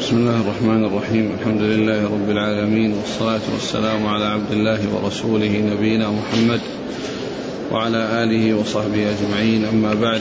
بسم الله الرحمن الرحيم. الحمد لله رب العالمين، والصلاة والسلام على عبد الله ورسوله نبينا محمد وعلى آله وصحبه أجمعين، أما بعد.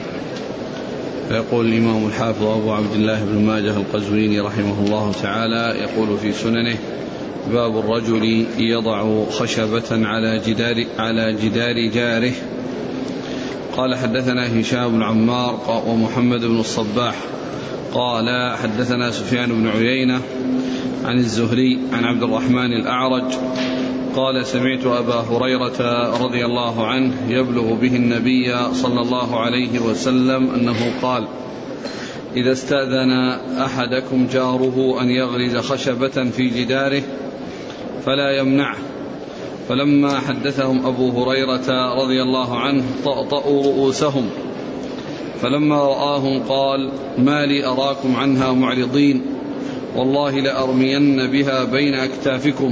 فيقول الإمام الحافظ أبو عبد الله بن ماجه القزويني رحمه الله تعالى، يقول في سننه: باب الرجل يضع خشبة على جدار جاره. قال: حدثنا هشام بن عمار ومحمد بن الصباح قال: حدثنا سفيان بن عيينة عن الزهري عن عبد الرحمن الأعرج قال: سمعت أبا هريرة رضي الله عنه يبلغ به النبي صلى الله عليه وسلم أنه قال: إذا استأذن أحدكم جاره أن يغرز خشبة في جداره فلا يمنعه. فلما حدثهم أبو هريرة رضي الله عنه طأطأوا رؤوسهم، فلما رآهم قال: ما لي أراكم عنها معرضين، والله لأرمين بها بين أكتافكم.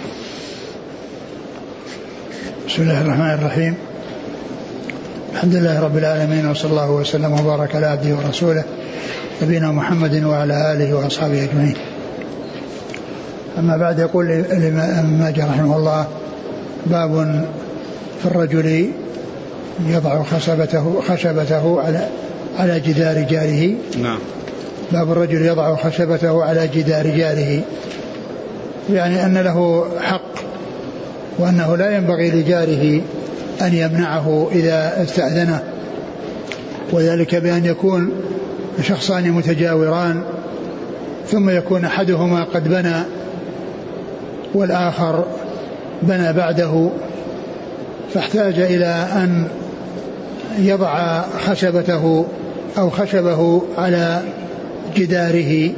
بسم الله الرحمن الرحيم. الحمد لله رب العالمين، وصلى الله وسلم وبارك على عبده ورسوله نبينا محمد وعلى آله وأصحابه أجمعين. أما بعد، يقول الإمام ماجه رحمه الله: باب في الرجل يضع خشبته على جدار جاره. نعم. باب الرجل يضع خشبته على جدار جاره، يعني أن له حق، وأنه لا ينبغي لجاره أن يمنعه إذا استأذنه، وذلك بأن يكون شخصان متجاوران، ثم يكون أحدهما قد بنى والآخر بنى بعده، فاحتاج إلى أن يضع خشبته أو خشبه على جداره،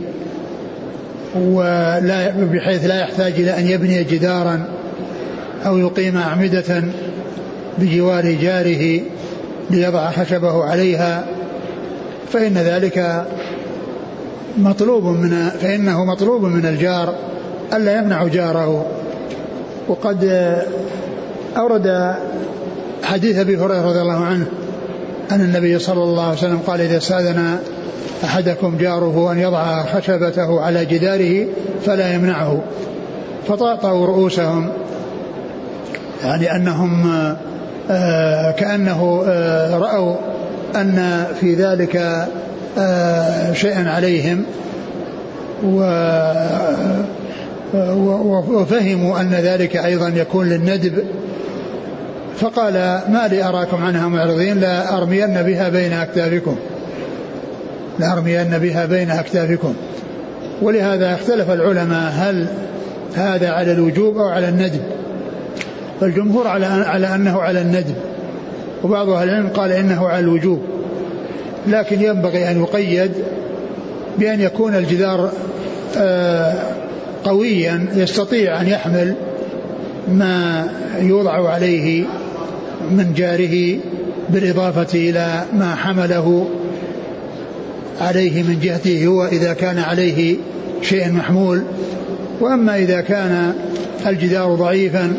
بحيث لا يحتاج إلى أن يبني جدارا أو يقيم أعمدة بجوار جاره ليضع خشبه عليها، فإنه مطلوب من الجار ألا يمنع جاره. وقد أورد حديث أبي هريرة رضي الله عنه أن النبي صلى الله عليه وسلم قال: إذا استأذن أحدكم جاره أن يضع خشبته على جداره فلا يمنعه. فطأطأوا رؤوسهم، يعني أنهم كأنه رأوا أن في ذلك شيئا عليهم، وفهموا أن ذلك أيضا يكون للندب، فقال: ما لي أراكم عنها معرضين، لا أرمين بها بين أكتافكم. ولهذا اختلف العلماء هل هذا على الوجوب أو على الندب، فالجمهور على أنه على الندب، وبعض أهل العلم قال إنه على الوجوب، لكن ينبغي أن يقيد بأن يكون الجدار قويا يستطيع أن يحمل ما يوضع عليه من جاره، بالإضافة إلى ما حمله عليه من جهته هو إذا كان عليه شيء محمول. وأما إذا كان الجدار ضعيفا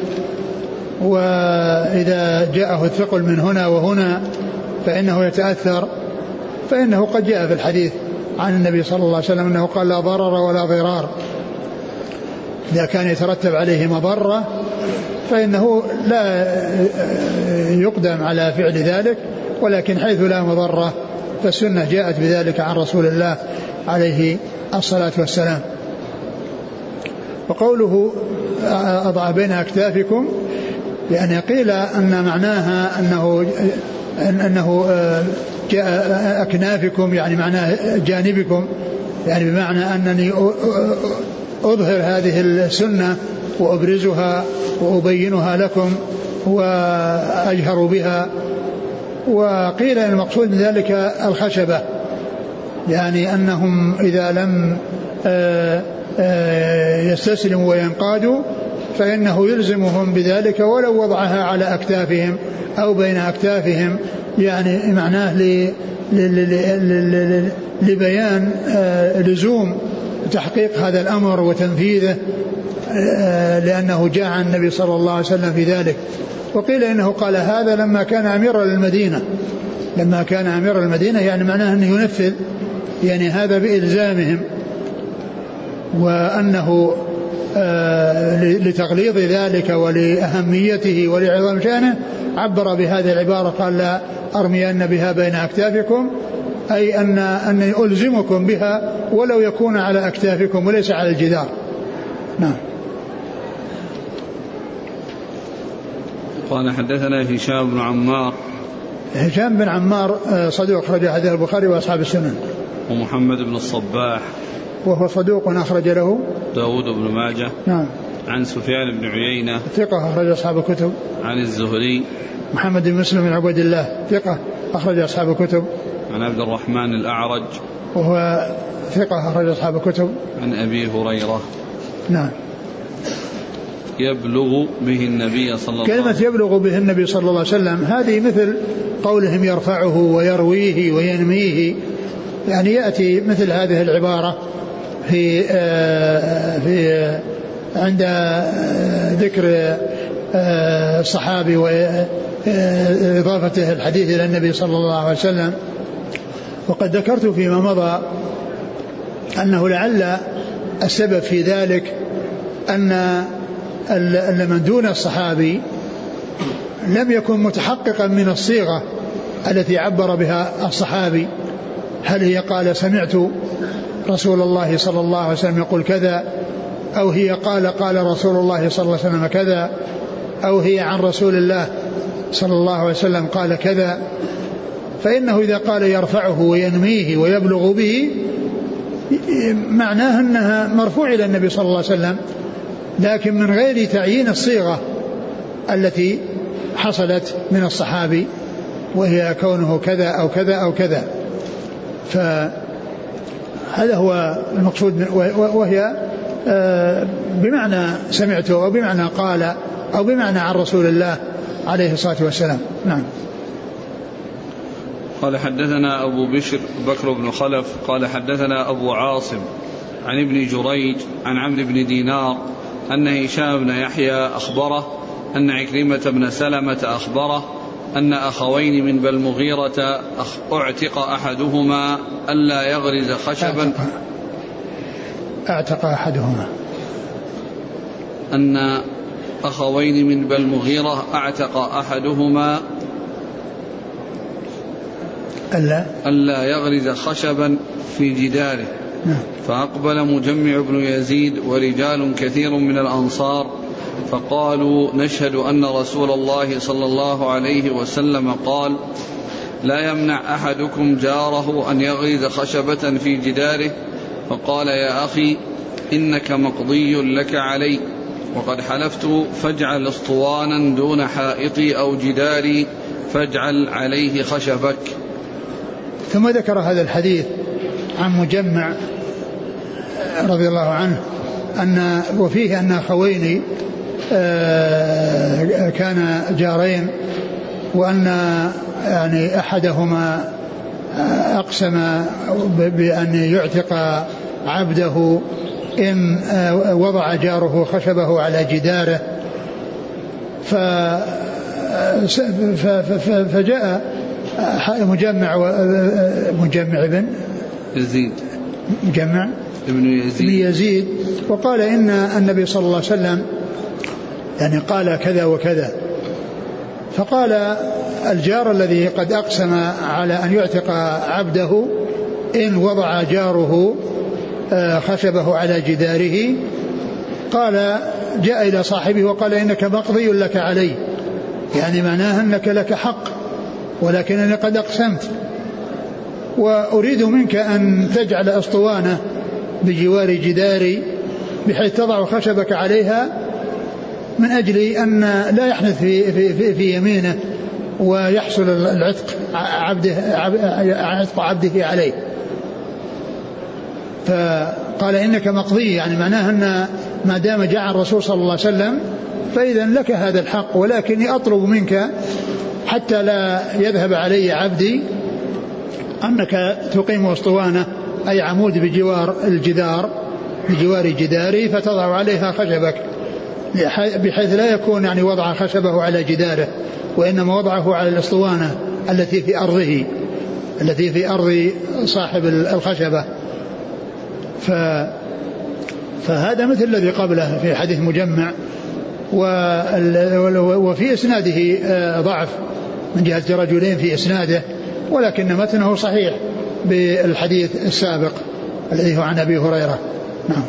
وإذا جاءه الثقل من هنا وهنا فإنه يتأثر، فإنه قد جاء في الحديث عن النبي صلى الله عليه وسلم أنه قال: لا ضرر ولا ضرار. إذا كان يترتب عليه مضرة فإنه لا يقدم على فعل ذلك، ولكن حيث لا مضرة فالسنة جاءت بذلك عن رسول الله عليه الصلاة والسلام. وقوله أضع بين أكتافكم، يعني قيل أن معناها أنه جاء أكنافكم، يعني معناه جانبكم، يعني بمعنى أنني أظهر هذه السنة وأبرزها وأبينها لكم وأجهر بها. وقيل أن المقصود من ذلك الخشبة، يعني أنهم إذا لم يستسلموا وينقادوا فإنه يلزمهم بذلك ولو وضعها على أكتافهم أو بين أكتافهم، يعني معناه لبيان لزوم تحقيق هذا الأمر وتنفيذه، لأنه جاء عن النبي صلى الله عليه وسلم في ذلك. وقيل إنه قال هذا لما كان أميرا للمدينة، يعني معناه أنه ينفذ، يعني هذا بإلزامهم وأنه لتغليظ ذلك ولأهميته ولعظم شأنه عبر بهذه العبارة قال لا أرمين بها بين أكتافكم، أي أني ألزمكم بها ولو يكون على أكتافكم وليس على الجدار. نعم. قال حدثنا هشام بن عمار. هشام بن عمار صدوق أخرج حديث البخاري وأصحاب السنن. ومحمد بن الصباح وهو صدوق أخرج له داود بن ماجه. نعم. عن سفيان بن عيينة ثقة أخرج أصحاب الكتب. عن الزهري محمد بن مسلم بن عبد الله ثقة أخرج أصحاب الكتب. عن عبد الرحمن الأعرج وهو ثقة أخرج أصحاب الكتب. عن أبي هريرة. نعم. يبلغ به النبي صلى الله عليه وسلم. كلمة يبلغ به النبي صلى الله عليه وسلم هذه مثل قولهم يرفعه ويرويه وينميه، يعني يأتي مثل هذه العبارة في عند ذكر الصحابي وإضافته الحديث إلى النبي صلى الله عليه وسلم. وقد ذكرت فيما مضى أنه لعل السبب في ذلك أن من دون الصحابي لم يكن متحققا من الصيغة التي عبر بها الصحابي، هل هي قال سمعت رسول الله صلى الله عليه وسلم يقول كذا، أو هي قال رسول الله صلى الله عليه وسلم كذا، أو هي عن رسول الله صلى الله عليه وسلم قال كذا. فإنه إذا قال يرفعه وينميه ويبلغ به معناه أنها مرفوع إلى النبي صلى الله عليه وسلم، لكن من غير تعيين الصيغة التي حصلت من الصحابي وهي كونه كذا أو كذا أو كذا. فهذا هو المقصود، وهي بمعنى سمعته أو بمعنى قال أو بمعنى عن رسول الله عليه الصلاة والسلام. نعم. قال حدثنا أبو بشر بكر بن خلف قال حدثنا أبو عاصم عن ابن جريج عن عمرو بن دينار أن هشام بن يحيى أخبره أن عكرمة بن سلمة أخبره أن أخوين من بني المغيرة اعتق أحدهما ألا يغرز خشبا. اعتق أحدهما أن أخوين من بني المغيرة اعتق أحدهما ألا يغرز خشبا في جداره. فأقبل مجمع بن يزيد ورجال كثير من الأنصار فقالوا نشهد أن رسول الله صلى الله عليه وسلم قال لا يمنع أحدكم جاره أن يغرز خشبة في جداره. فقال يا أخي إنك مقضي لك علي، وقد حلفت فاجعل اسطوانا دون حائطي أو جداري فاجعل عليه خشبك. ثم ذكر هذا الحديث عن مجمع رضي الله عنه وفيه أن أخوين كان جارين، وأن يعني أحدهما أقسم بأن يعتق عبده إن وضع جاره خشبه على جداره. فجاء مجمع بن يزيد ابن يزيد وقال إن النبي صلى الله عليه وسلم يعني قال كذا وكذا. فقال الجار الذي قد أقسم على أن يعتق عبده إن وضع جاره خشبه على جداره، قال جاء إلى صاحبه وقال إنك مقضي لك علي، يعني معناه أنك لك حق ولكنني قد أقسمت، وأريد منك أن تجعل أسطوانة بجوار جداري بحيث تضع خشبك عليها من أجل أن لا يحنث في يمينه ويحصل العتق عبده عليه. فقال إنك مقضي، يعني معناه أن ما دام جاء الرسول صلى الله عليه وسلم فإذا لك هذا الحق، ولكني أطلب منك حتى لا يذهب علي عبدي أنك تقيم أسطوانة أي عمود بجوار جداري فتضع عليها خشبك، بحيث لا يكون يعني وضع خشبه على جداره، وإنما وضعه على الأسطوانة التي في أرض صاحب الخشبة. فهذا مثل الذي قبله في حديث مجمع. وفي إسناده ضعف من جهة رجلين في إسناده، ولكن متنه صحيح بالحديث السابق الذي هو عن أبي هريرة. نعم.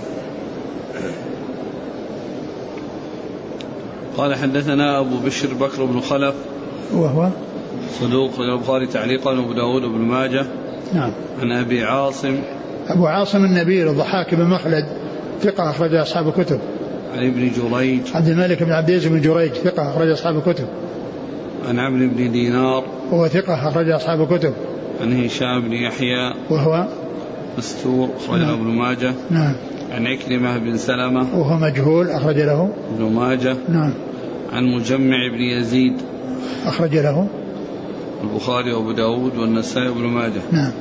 قال حدثنا أبو بشر بكر بن خلف وهو صدوق البخاري تعليقا وأبو داود وابن ماجه. نعم. عن أبي عاصم أبو عاصم النبيل الضحاك بن مخلد ثقة أخرج أصحاب الكتب. عن ابن جريج عبد الملك بن عبد العزيز بن جريج ثقة أخرج أصحاب الكتب. عن عمرو بن دينار وهو ثقة أخرج أصحاب الكتب. عن هشام بن يحيى وهو مستور أخرجه ابن ماجه. نعم. عن عكرمة بن سلمة وهو مجهول أخرج له ابن ماجه. نعم. عن مجمع بن يزيد أخرج له البخاري وابو داود والنسائي وابن ماجه. نعم.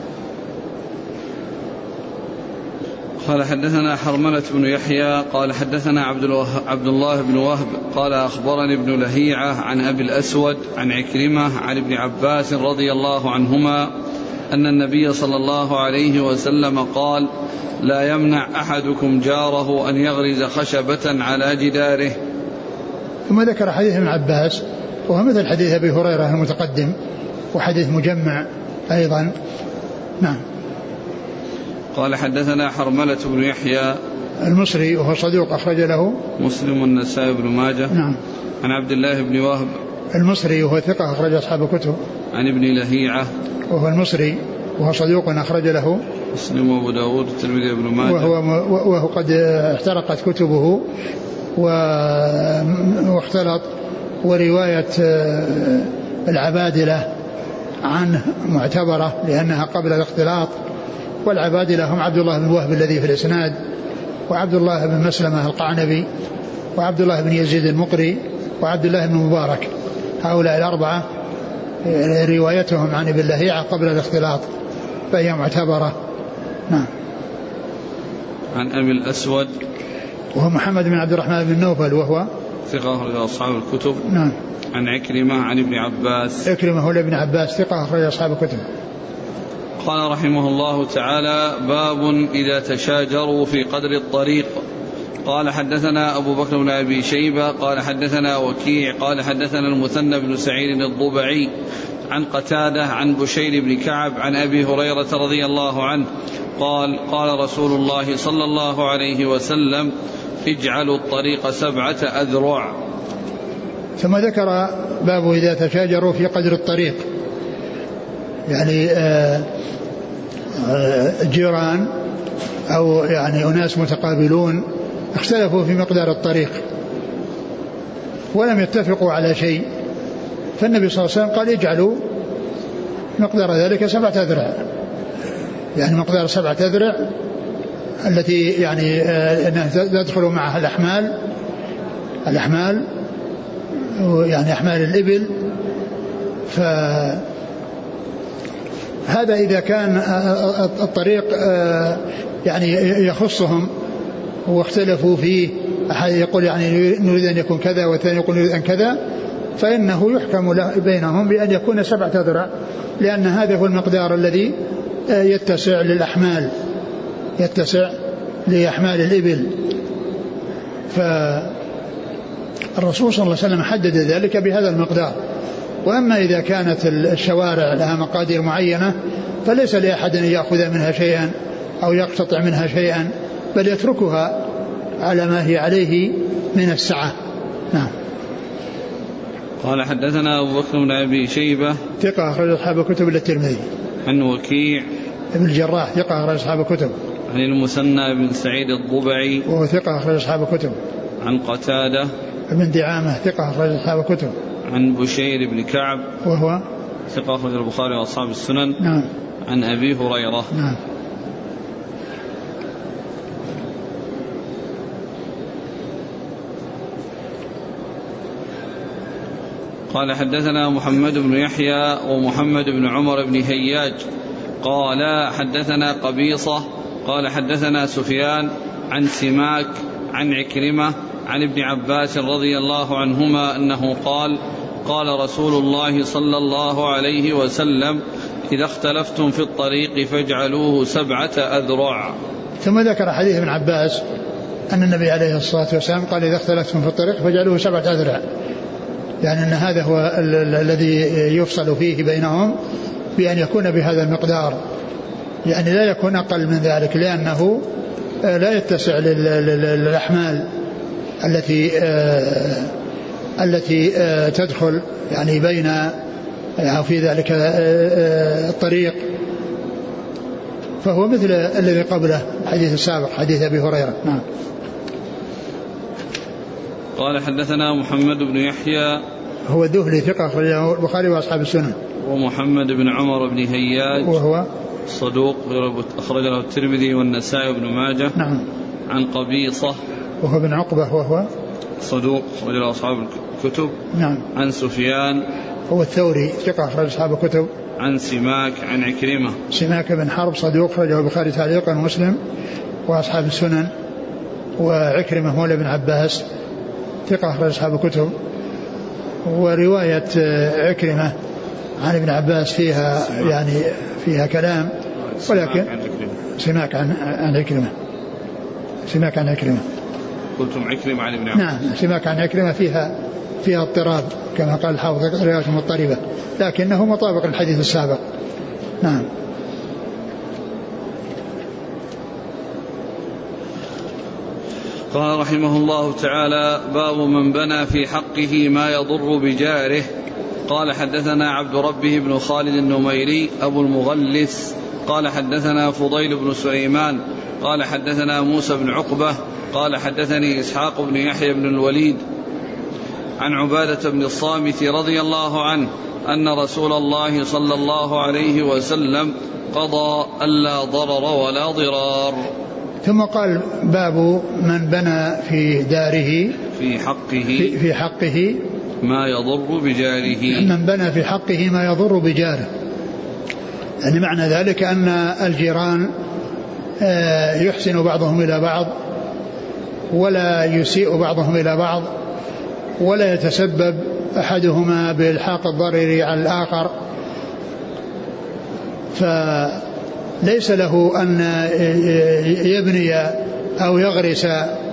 قال حدثنا حرملة بن يحيى قال حدثنا عبد الله بن وهب قال أخبرني ابن لهيعة عن أبي الأسود عن عكرمة عن ابن عباس رضي الله عنهما أن النبي صلى الله عليه وسلم قال لا يمنع أحدكم جاره أن يغرز خشبة على جداره. ثم ذكر حديث ابن عباس وهو مثل حديث أبي هريرة المتقدم وحديث مجمع أيضا. نعم. قال حدثنا حرملة بن يحيى المصري وهو صدوق أخرج له مسلم والنسائي بن ماجه. نعم. عن عبد الله بن وهب المصري وهو ثقة أخرج أصحاب الكتب. عن ابن لهيعة وهو المصري وهو صدوق أخرج له مسلم وابو داود والترمذي وابن ماجه. وهو قد احترقت كتبه واختلط، ورواية العبادلة عنه معتبرة لأنها قبل الاختلاط، والعبادلة هم عبد الله بن وهب الذي في الإسناد، وعبد الله بن مسلمة القعنبي، وعبد الله بن يزيد المقري، وعبد الله بن مبارك. هؤلاء الأربعة روايتهم عن ابن لهيعة قبل الاختلاط فهي معتبرة. نعم. عن أبي الأسود وهو محمد بن عبد الرحمن بن نوفل وهو ثقة أخرج أصحاب الكتب. نعم. عن عكرمة عن ابن عباس عكرمة هو ابن عباس ثقة أخرج أصحاب الكتب. قال رحمه الله تعالى باب إذا تشاجروا في قدر الطريق. قال حدثنا أبو بكر بن أبي شيبة قال حدثنا وكيع قال حدثنا المثنى بن سعيد الضبعي عن قتادة عن بشير بن كعب عن أبي هريرة رضي الله عنه قال قال رسول الله صلى الله عليه وسلم اجعلوا الطريق 7 أذرع. ثم ذكر باب إذا تشاجروا في قدر الطريق، يعني جيران أو يعني أناس متقابلون اختلفوا في مقدار الطريق ولم يتفقوا على شيء، فالنبي صلى الله عليه وسلم قال اجعلوا مقدار ذلك 7 أذرع، يعني مقدار 7 أذرع التي يعني أنها تدخل معها الأحمال يعني أحمال الإبل. فهذا إذا كان الطريق يعني يخصهم واختلفوا فيه، أحد يقول يعني نريد أن يكون كذا والثاني يقول نريد أن كذا، فإنه يحكم بينهم بأن يكون 7 أذرع، لأن هذا هو المقدار الذي يتسع للأحمال، يتسع لأحمال الإبل. فالرسول صلى الله عليه وسلم حدد ذلك بهذا المقدار. وأما إذا كانت الشوارع لها مقادير معينة فليس لأحد أن يأخذ منها شيئا أو يقتطع منها شيئا، بل يتركها على ما هي عليه من السعة. نعم. قال حدثنا أبو بكر بن أبي شيبة ثقة أخرج أصحاب الكتب إلا الترمذي. عن وكيع ابن الجراح ثقة أخرج أصحاب الكتب. عن المثنى بن سعيد الضبعي وهو ثقة أخرج أصحاب الكتب. عن قتادة ابن دعامة ثقة أخرج أصحاب الكتب. عن بشير بن كعب وهو ثقة أخرج البخاري وأصحاب السنن. نعم. عن أبي هريرة. نعم. قال حدثنا محمد بن يحيى ومحمد بن عمر بن هياج قال حدثنا قبيصة قال حدثنا سفيان عن سماك عن عكرمة عن ابن عباس رضي الله عنهما أنه قال قال رسول الله صلى الله عليه وسلم إذا اختلفتم في الطريق فاجعلوه 7 أذرع. ثم ذكر حديث ابن عباس أن النبي عليه الصلاة والسلام قال إذا اختلفتم في الطريق فاجعلوه 7 أذرع، يعني أن هذا هو الذي يفصل فيه بينهم بأن يكون بهذا المقدار، يعني لا يكون أقل من ذلك، لأنه لا يتسع للأحمال التي تدخل يعني بين في ذلك الطريق، فهو مثل الذي قبله الحديث السابق حديث أبي هريرة. نعم. قال حدثنا محمد بن يحيى هو الذهلي ثقة أخرجه البخاري وأصحاب السنن. ومحمد بن عمر بن هياج وهو صدوق أخرج له الترمذي والنسائي وابن ماجه. نعم. عن قبيصة وهو بن عقبة وهو صدوق أخرج له أصحاب الكتب. نعم. عن سفيان هو الثوري ثقة أخرج أصحاب الكتب. عن سماك عن عكرمة. سماك بن حرب صدوق أخرجه البخاري تعليقا ومسلم وأصحاب السنن. وعكرمة مولى بن عباس ثقة أخرج أصحاب الكتب. ورواية عكرمة عن ابن عباس فيها يعني فيها كلام، ولكن سماك عن عكرمة. سماك عن عكرمة. قلتم عكرمة عن ابن عباس. نعم سماك عن عكرمة فيها اضطراب كما قال الحافظ رواية مضطربة، لكنه مطابق الحديث السابق. نعم. قال رحمه الله تعالى: باب من بنى في حقه ما يضر بجاره. قال حدثنا عبد ربه بن خالد النميري أبو المغلس قال حدثنا فضيل بن سليمان قال حدثنا موسى بن عقبة قال حدثني إسحاق بن يحيى بن الوليد عن عبادة بن الصامت رضي الله عنه أن رسول الله صلى الله عليه وسلم قضى ألا ضرر ولا ضرار. ثم قال: باب من بنى في داره في حقه ما يضر بجاره. من بنى في حقه ما يضر بجاره، يعني معنى ذلك أن الجيران يحسن بعضهم إلى بعض ولا يسيء بعضهم إلى بعض، ولا يتسبب أحدهما بإلحاق الضرر على الآخر، فليس له أن يبني أو يغرس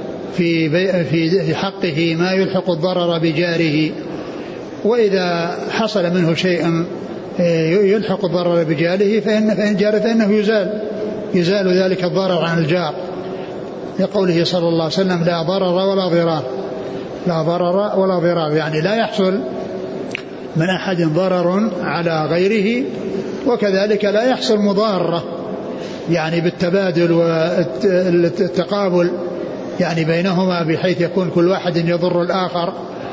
في حقه ما يلحق الضرر بجاره، وإذا حصل منه شيء يلحق الضرر بجاره فإنه يزال ذلك الضرر عن الجار، لقوله صلى الله عليه وسلم: لا ضرر ولا ضرار. لا ضرر ولا ضرار، يعني لا يحصل من أحد ضرر على غيره، وكذلك لا يحصل مضارة يعني بالتبادل والتقابل يعني بينهما، بحيث يكون كل واحد يضر الآخر،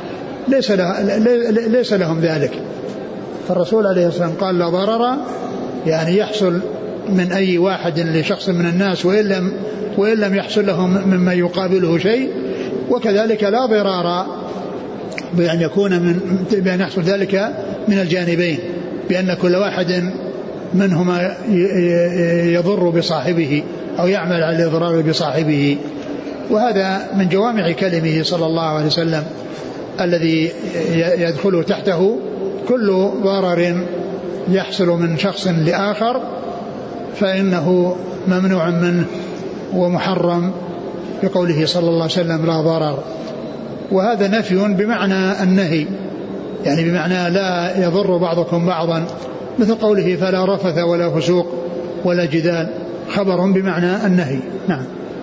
ليس لهم ذلك. فالرسول عليه الصلاة والسلام قال: لا ضرر، يعني يحصل من أي واحد لشخص من الناس وإن لم يحصل لهم مما يقابله شيء، وكذلك لا ضرار بأن بأن يحصل ذلك من الجانبين، بأن كل واحد منهما يضر بصاحبه أو يعمل على الإضرار بصاحبه. وهذا من جوامع كلمه صلى الله عليه وسلم الذي يدخل تحته كل ضرر يحصل من شخص لآخر فإنه ممنوع منه ومحرم، بقوله صلى الله عليه وسلم: لا ضرر. وهذا نفي بمعنى النهي، يعني بمعنى لا يضر بعضكم بعضا، مثل قوله: فلا رفث ولا فسوق ولا جدال، خبر بمعنى النهي. نعم.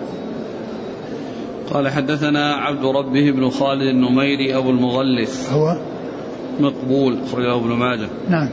قال حدثنا عبد ربه بن خالد النميري أبو المغلس هو مقبول أخرجه ابن ماجه. نعم.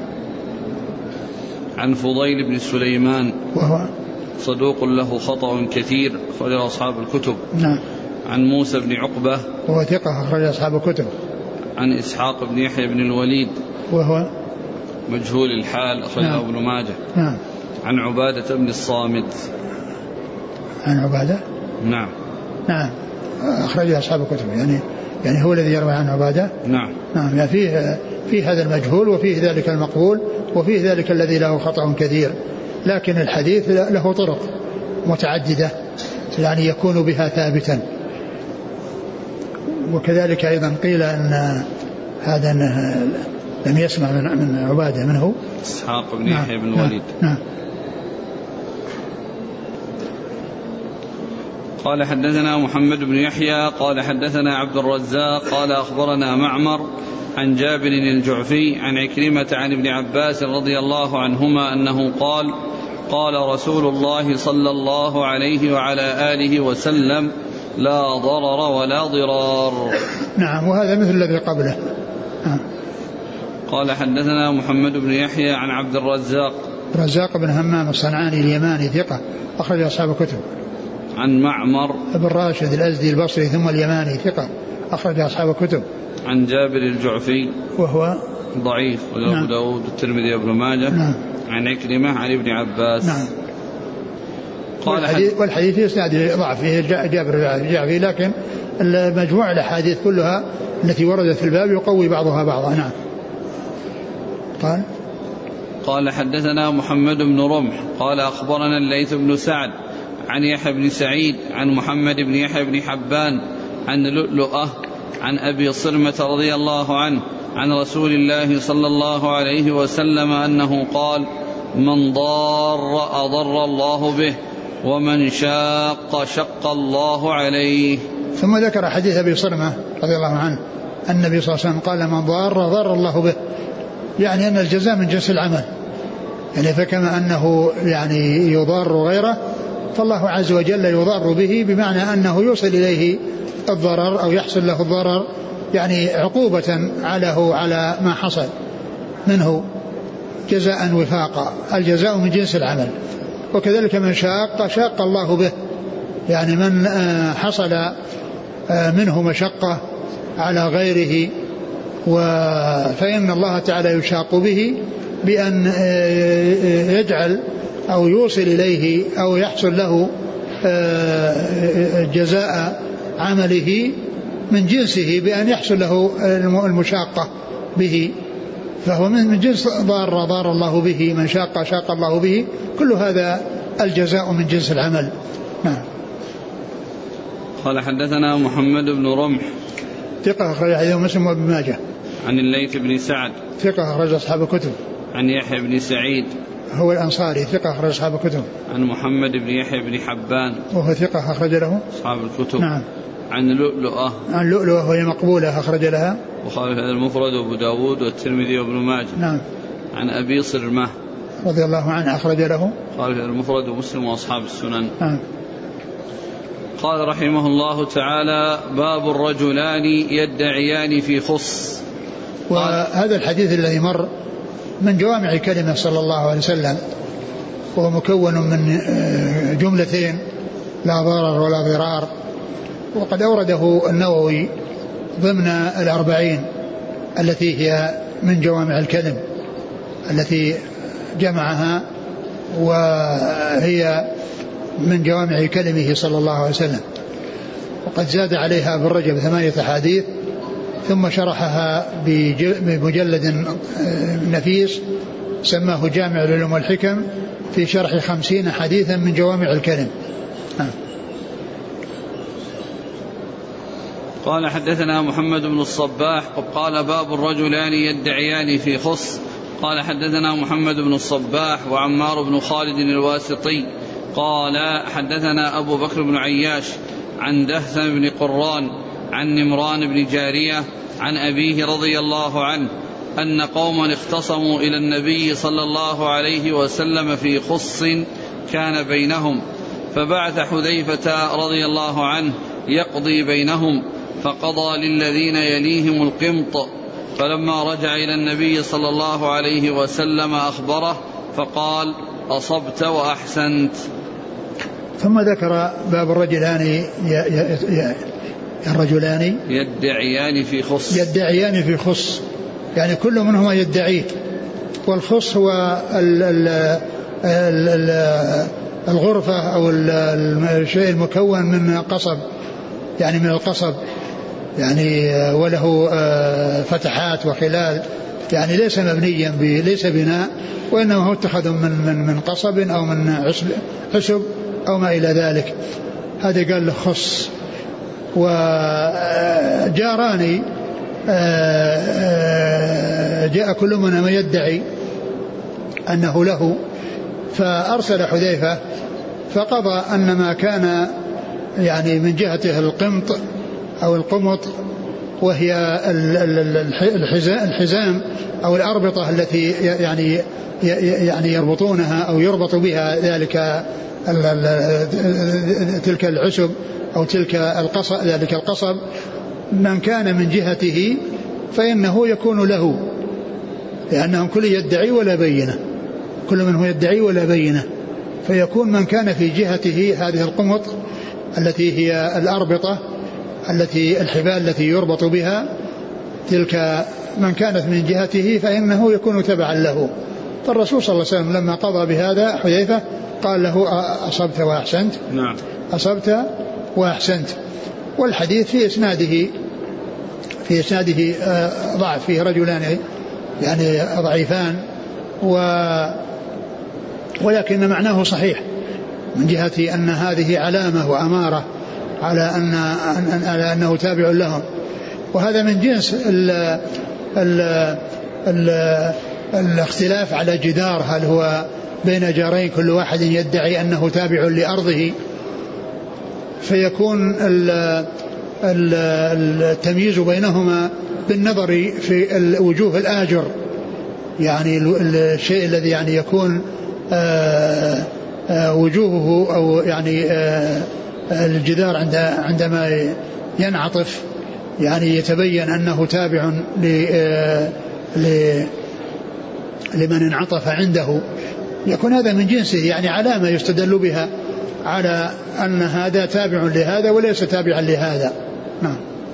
عن فضيل بن سليمان وهو صدوق له خطأ كثير أخرجه أصحاب الكتب. نعم. عن موسى بن عقبة وهو ثقة أخرج أصحاب الكتب. عن إسحاق بن يحيى بن الوليد وهو مجهول الحال أخرجه نعم. ابن ماجه. نعم. عن عبادة بن الصامت. عن عبادة نعم نعم أخرج أصحاب الكتب، يعني هو الذي يروي عن عبادة. نعم. نعم، يعني فيه هذا المجهول وفيه ذلك المقبول وفيه ذلك الذي له خطأ كثير، لكن الحديث له طرق متعددة يعني يكون بها ثابتا. وكذلك أيضا قيل أن هذا لم يسمع من عبادة، من هو؟ إسحاق بن يحيى بن الوليد. نعم. قال حدثنا محمد بن يحيى قال حدثنا عبد الرزاق قال أخبرنا معمر عن جابر الجعفي عن عكرمة عن ابن عباس رضي الله عنهما أنه قال قال رسول الله صلى الله عليه وعلى آله وسلم لا ضرر ولا ضرار. نعم. وهذا مثل الذي قبله. قال حدثنا محمد بن يحيى عن عبد الرزاق بن همام الصنعاني اليماني ثقة أخرج أصحاب الكتب. عن معمر بن راشد الأزدي البصري ثم اليماني ثقة أخرج أصحاب الكتب. عن جابر الجعفي وهو ضعيف وله أبو داود والترمذي وابن ماجه. نعم. عن عكرمة عن ابن عباس. نعم. والحديث يسند ضعف فيه جابر الجعفي، لكن مجموع الأحاديث كلها التي وردت في الباب يقوي بعضها بعضا. نعم. قال حدثنا محمد بن رمح قال أخبرنا الليث بن سعد عن يحيى بن سعيد عن محمد بن يحيى بن حبان عن لؤلؤة عن أبي صرمة رضي الله عنه عن رسول الله صلى الله عليه وسلم أنه قال من ضار أضر الله به ومن شاق شق الله عليه. ثم ذكر حديث أبي صرمة رضي الله عنه النبي صلى الله عليه وسلم قال من ضار الله به، يعني أن الجزاء من جنس العمل، يعني فكما أنه يعني يضار غيره فالله عز وجل يضار به، بمعنى أنه يوصل إليه الضرر أو يحصل له الضرر، يعني عقوبة على ما حصل منه جزاء وفاقا. الجزاء من جنس العمل. وكذلك من شاق الله به، يعني من حصل منه مشقة على غيره فإن الله تعالى يشاق به بأن يجعل أو يوصل إليه أو يحصل له جزاء عمله من جنسه بأن يحصل له المشاقة به، فهو من جنس ضار الله به، من شاق الله به، كل هذا الجزاء من جنس العمل. نعم. قال حدثنا محمد بن رمح ثقة أخرج حديث مسلم وابن ماجه. عن الليث بن سعد ثقة أخرج أصحاب الكتب. عن يحيى بن سعيد هو الأنصاري ثقة أخرج أصحاب الكتب. عن محمد بن يحيى بن حبان وهو ثقة أخرج له أصحاب الكتب. نعم. عن لؤلؤة وهي مقبولة أخرج لها وخالف المفرد وأبو داود والترمذي وابن ماجه. نعم. عن أبي صرمة رضي الله عنه أخرج له خالف المفرد ومسلم وأصحاب السنن. نعم. قال رحمه الله تعالى باب الرجلان يدعيان في خص. وهذا الحديث الذي مر من جوامع كلمة صلى الله عليه وسلم، وهو مكون من جملتين لا ضرر ولا ضرار، وقد أورده النووي ضمن 40 التي هي من جوامع الكلم التي جمعها، وهي من جوامع كلمه صلى الله عليه وسلم. وقد زاد عليها ابن رجب 8 أحاديث، ثم شرحها بمجلد نفيس سماه جامع العلوم والحكم في شرح 50 حديثا من جوامع الكلم. قال حدثنا محمد بن الصباح قال باب الرجلان يدعيان في خص. قال حدثنا محمد بن الصباح وعمار بن خالد الواسطي قال حدثنا أبو بكر بن عياش عن دهثم بن قران عن نمران بن جارية عن أبيه رضي الله عنه أن قوما اختصموا إلى النبي صلى الله عليه وسلم في خص كان بينهم، فبعث حذيفة رضي الله عنه يقضي بينهم، فقضى للذين يليهم القمط، فلما رجع إلى النبي صلى الله عليه وسلم أخبره فقال أصبت وأحسنت. ثم ذكر باب الرجلان يدعيان في خص، يعني كل منهما يدعيه. والخص هو الغرفة أو الشيء المكون من قصب، يعني من القصب، يعني وله فتحات وخلال، يعني ليس مبنيا ليس بناء، وإنما هو اتخذ من قصب أو من حسب أو ما إلى ذلك. هذا قال له خص. وجاران جاء كل منهما يدعي أنه له، فأرسل حذيفة فقضى أن ما كان يعني من جهته القمط أو القمط، وهي الحزام أو الأربطة التي يعني يربطونها أو يربط بها تلك العسب أو ذلك القصب. من كان من جهته فإنه يكون له، لأنهم كل يدعي ولا بينة، كل منه يدعي ولا بينة، فيكون من كان في جهته هذه القمط التي هي الأربطة الحبال التي يربط بها، تلك من كانت من جهته فإنه يكون تبعا له. فالرسول صلى الله عليه وسلم لما قضى بهذا حذيفة قال له أصبت وأحسنت. نعم. أصبت وأحسنت. والحديث في إسناده ضعف، فيه رجلان يعني ضعيفان، ولكن معناه صحيح من جهة أن هذه علامة وأمارة على أنه تابع لهم. وهذا من جنس الاختلاف على جدار، هل هو بين جارين كل واحد يدعي أنه تابع لأرضه، فيكون التمييز بينهما بالنظر في وجوه الآجر، يعني الشيء الذي يعني يكون وجوهه أو يعني الجدار عندما ينعطف يعني يتبين أنه تابع لمن انعطف عنده، يكون هذا من جنسه، يعني علامة يستدل بها على أن هذا تابع لهذا وليس تابعا لهذا. نعم.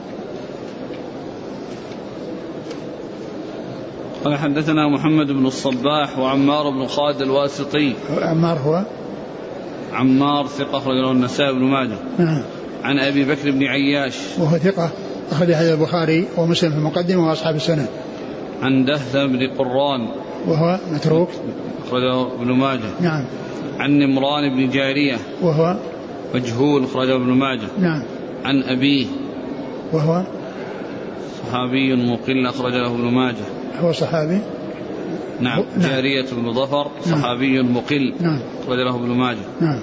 قال حدثنا محمد بن الصباح وعمار بن خالد الواسطي. عمار هو عمار ثقة أخرج له النسائي بن ماجه. نعم. عن أبي بكر بن عياش وهو ثقة أخرج هذا البخاري ومسلم في المقدمة وأصحاب السنة. عن دهثم بن قران وهو متروك أخرجه ابن ماجه. نعم. عن نمران بن جارية وهو مجهول أخرجه ابن ماجه. نعم. عن أبيه وهو صحابي مقل أخرجه ابن ماجه. هو صحابي. نعم. جارية بن ظفر صحابي مقل. نعم. أخرجه ابن ماجه. نعم.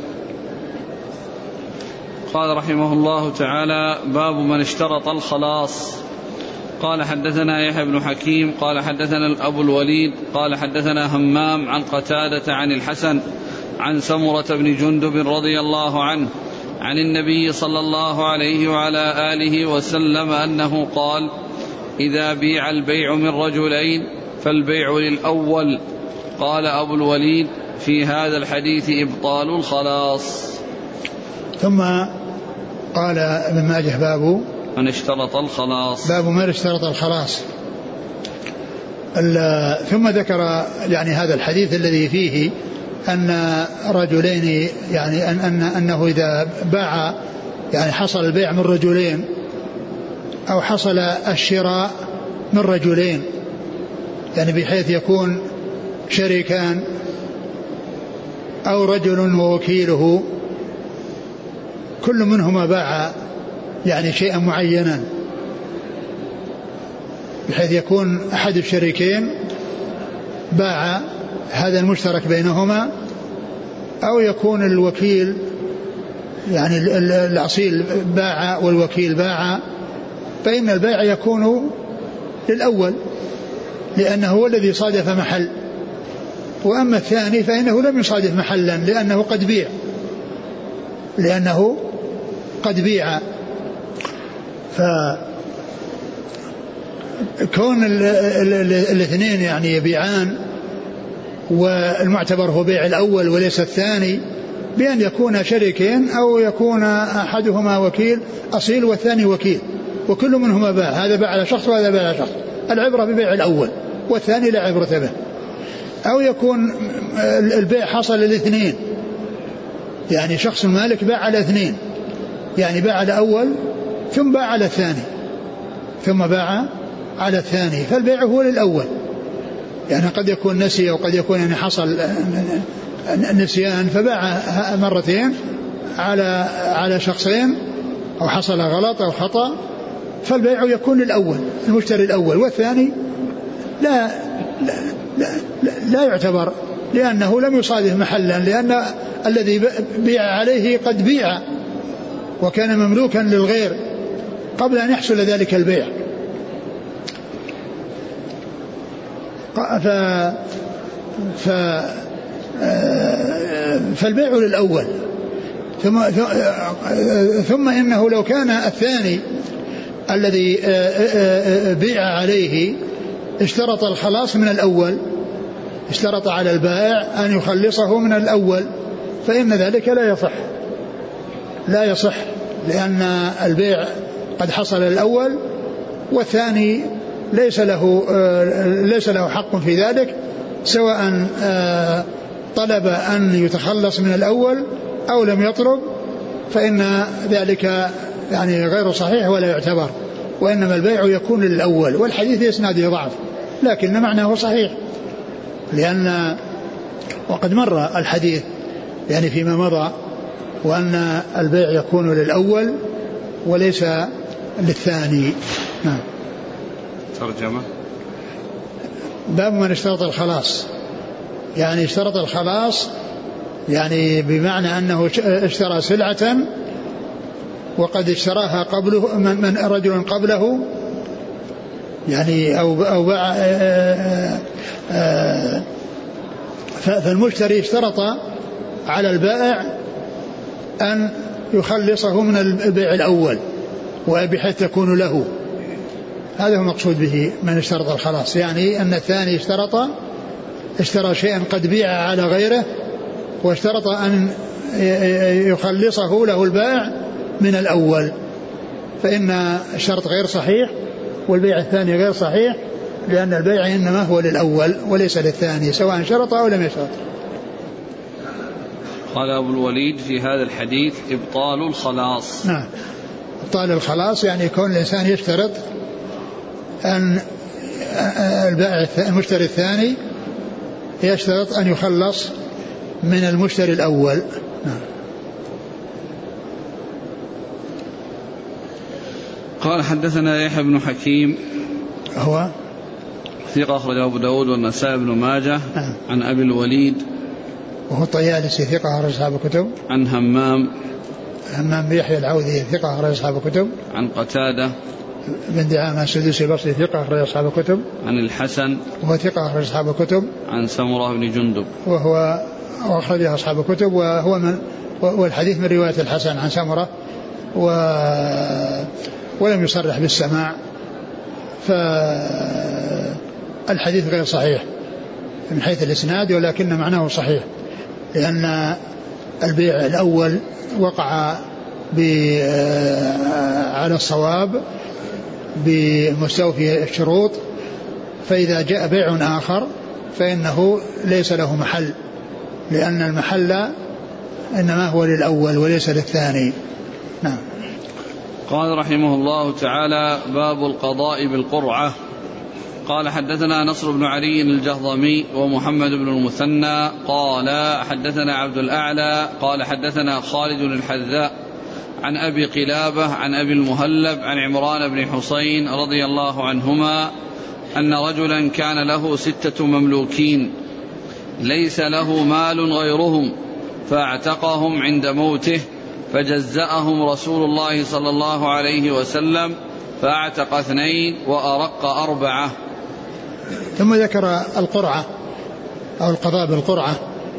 قال رحمه الله تعالى: باب من اشترط الخلاص. قال حدثنا يحيى بن حكيم قال حدثنا أبو الوليد قال حدثنا همام عن قتادة عن الحسن عن سمرة بن جندب رضي الله عنه عن النبي صلى الله عليه وعلى آله وسلم أنه قال: إذا بيع البيع من رجلين فالبيع للأول. قال أبو الوليد: في هذا الحديث إبطال الخلاص. ثم قال ابن ماجه: باب من اشترط الخلاص. باب من اشترط الخلاص. ثم ذكر يعني هذا الحديث الذي فيه أن رجلين، يعني أنه إذا باع يعني حصل البيع من رجلين أو حصل الشراء من رجلين، يعني بحيث يكون شريكان أو رجل ووكيله كل منهما باع يعني شيئا معينا، بحيث يكون أحد الشريكين باع هذا المشترك بينهما، أو يكون الوكيل يعني الأصيل باع والوكيل باع، فإن البيع يكون للأول لأنه هو الذي صادف محل، وأما الثاني فإنه لم يصادف محلا لأنه قد بيع. فكون الاثنين يعني يبيعان والمعتبر هو بيع الأول وليس الثاني، بأن يكون شريكين أو يكون أحدهما وكيل أصيل والثاني وكيل وكل منهما باع، هذا باع على شخص وهذا باع على شخص، العبرة ببيع الأول والثاني لا عبرة به. أو يكون البيع حصل للاثنين، يعني شخص مالك باع على اثنين، يعني باع على أول ثم باع على الثاني ثم باع على الثاني، فالبيع هو للأول. يعني قد يكون نسي أو قد يكون يعني حصل نسيان فباع مرتين على شخصين، أو حصل غلط أو خطأ، فالبيع يكون للأول المشتري الأول، والثاني لا يعتبر لأنه لم يصادف محلا، لأن الذي بيع عليه قد بيع وكان مملوكا للغير قبل أن يحصل ذلك البيع. فالبيع للأول، ثم إنه لو كان الثاني الذي بيع عليه اشترط الخلاص من الأول، اشترط على البائع أن يخلصه من الأول، فإن ذلك لا يصح لأن البيع قد حصل الأول، والثاني ليس له حق في ذلك، سواء طلب أن يتخلص من الأول أو لم يطلب، فإن ذلك يعني غير صحيح ولا يعتبر، وإنما البيع يكون للأول. والحديث إسناده ضعف لكن معناه صحيح، لأن وقد مر الحديث يعني فيما مضى، وأن البيع يكون للأول وليس للثاني. نعم. ترجمة باب من اشترط الخلاص، يعني اشترط الخلاص يعني بمعنى أنه اشترى سلعة وقد اشتراها قبله من رجل قبله، يعني أو باع، فالمشتري اشترط على البائع أن يخلصه من البيع الأول وبحيث تكون له. هذا هو المقصود به من اشترط الخلاص، يعني أن الثاني اشترى شيئا قد بيع على غيره واشترط أن يخلصه له البائع من الأول، فإن الشرط غير صحيح والبيع الثاني غير صحيح، لأن البيع إنما هو للأول وليس للثاني سواء شرط أو لم يشرط. قال أبو الوليد في هذا الحديث إبطال الخلاص. نعم، إبطال الخلاص يعني كون الإنسان يشترط أن البائع المشتري الثاني يشترط أن يخلص من المشتري الأول. نعم. قال حدثنا يحيى بن حكيم هو ثقة أخرجه أبو داود والنسائي بن ماجه. نعم. عن أبي الوليد وهو الطيالسي ثقة أخرج أصحاب الكتب. عن همام بن يحيى العوذي ثقة أخرج أصحاب الكتب. عن قتادة بن دعامة السدوسي البصري ثقة أخرج أصحاب الكتب. عن الحسن وهو ثقة أخرج أصحاب الكتب. عن سمرة بن جندب وهو أخرجه أصحاب الكتب، والحديث من رواية الحسن عن سمرة ولم يصرح بالسماع، فالحديث غير صحيح من حيث الإسناد، ولكن معناه صحيح، لأن البيع الأول وقع على الصواب بمستوفي الشروط، فإذا جاء بيع آخر فإنه ليس له محل، لأن المحل إنما هو للأول وليس للثاني. نعم. قال رحمه الله تعالى: باب القضاء بالقرعة. قال حدثنا نصر بن علي الجهضمي ومحمد بن المثنى قال حدثنا عبد الأعلى قال حدثنا خالد الحذاء عن أبي قلابة عن أبي المهلب عن عمران بن حسين رضي الله عنهما أن رجلا كان له 6 مملوكين ليس له مال غيرهم فاعتقهم عند موته، فجزأهم رسول الله صلى الله عليه وسلم فاعتق 2 وأرق 4. ثم ذكر القرعة أو القضاء بالقرعة،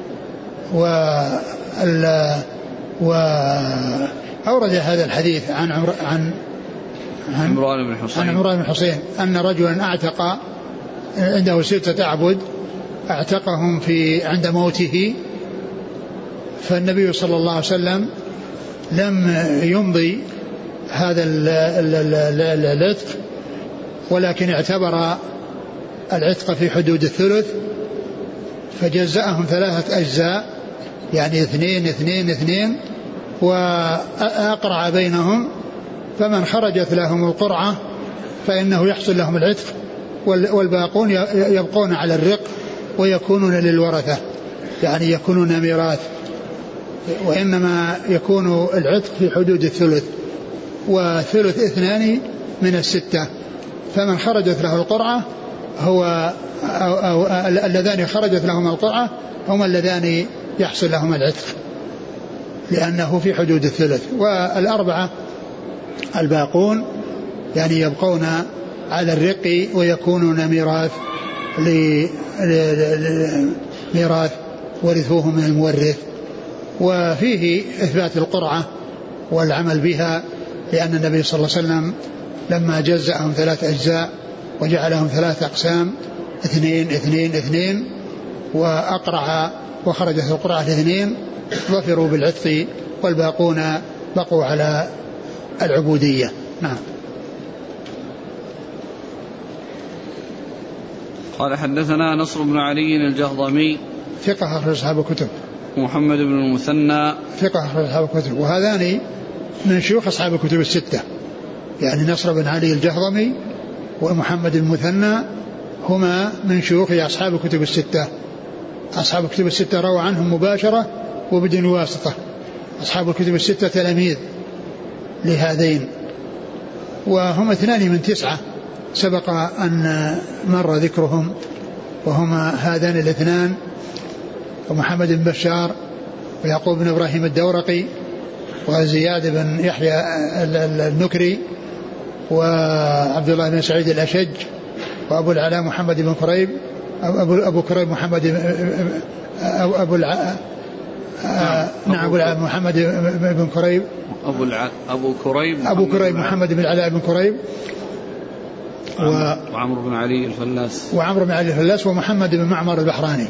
وأورد هذا الحديث عن عمران بن حسين أن رجلا اعتق عنده 6 أعبد اعتقهم عند موته، فالنبي صلى الله عليه وسلم لم يمضي هذا العتق، ولكن اعتبر العتق في حدود الثلث، فجزأهم 3 أجزاء، يعني 2 2 2، وأقرع بينهم، فمن خرجت لهم القرعة فإنه يحصل لهم العتق، والباقون يبقون على الرق ويكونون للورثة، يعني يكونون ميراث، وإنما يكون العتق في حدود الثلث، وثلث 2 من 6، فمن خرجت له القرعة هو أو اللذان خرجت لهم القرعة هم اللذان يحصل لهم العتق، لأنه في حدود الثلث. والأربعة الباقون يعني يبقون على الرق ويكونون ميراث ورثوه من المورث. وفيه إثبات القرعة والعمل بها، لأن النبي صلى الله عليه وسلم لما جزأهم 3 أجزاء وجعلهم 3 أقسام 2 وأقرع وخرجت القرعة 2 ظفروا بالعتق والباقون بقوا على العبودية. نعم. قال حدثنا نصر بن علي الجهضمي ثقة أخرج أصحاب الكتب. محمد بن المثنى ثقة أخرج أصحاب الكتب، وهذان من شيوخ أصحاب الكتب الستة، يعني نصر بن علي الجهضمي ومحمد المثنى هما من شيوخ أصحاب الكتب الستة. أصحاب الكتب الستة روى عنهم مباشرة وبدون واسطة. أصحاب الكتب الستة تلاميذ لهذين، وهم 2 من 9 سبق أن مر ذكرهم، وهما هذان الاثنان ومحمد بن بشار ويعقوب بن إبراهيم الدورقي وزياد بن يحيى النكري وعبد الله بن سعيد الأشج وأبو العلاء محمد بن كريب أبو كريب محمد أبو العلاء محمد بن كريب أبو كريب محمد بن العلاء بن كريب وعمرو بن علي الفلاس ومحمد بن معمر البحراني.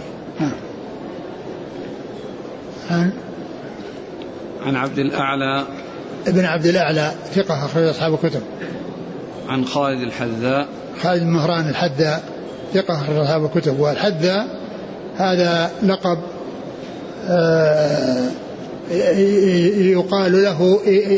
عن عبد الأعلى ابن عبد الأعلى ثقة أخرج أصحاب الكتب. عن خالد بن مهران الحذاء ثقة أخرج أصحاب الكتب. والحذاء هذا لقب يقال له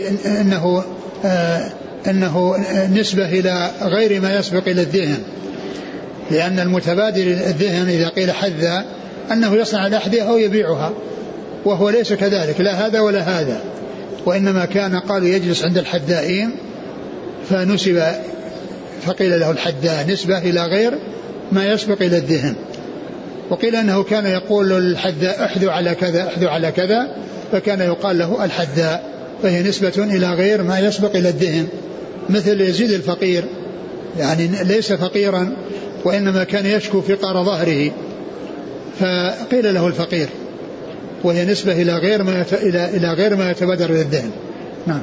إنه نسبة إلى غير ما يسبق إلى الذهن، لأن المتبادر الذهن إذا قيل حذاء أنه يصنع الأحذية أو يبيعها، وهو ليس كذلك، لا هذا ولا هذا، وإنما كان قالوا يجلس عند الحذائين فنسب فقيل له الحذاء نسبة إلى غير ما يسبق إلى الذهن. وقيل أنه كان يقول الحذاء احذو على كذا احذو على كذا، فكان يقال له الحذاء، فهي نسبة إلى غير ما يسبق إلى الذهن، مثل يزيد الفقير، يعني ليس فقيرا وإنما كان يشكو فقر ظهره فقيل له الفقير، وهي نسبة إلى غير ما يتبادر إلى الذهن. نعم.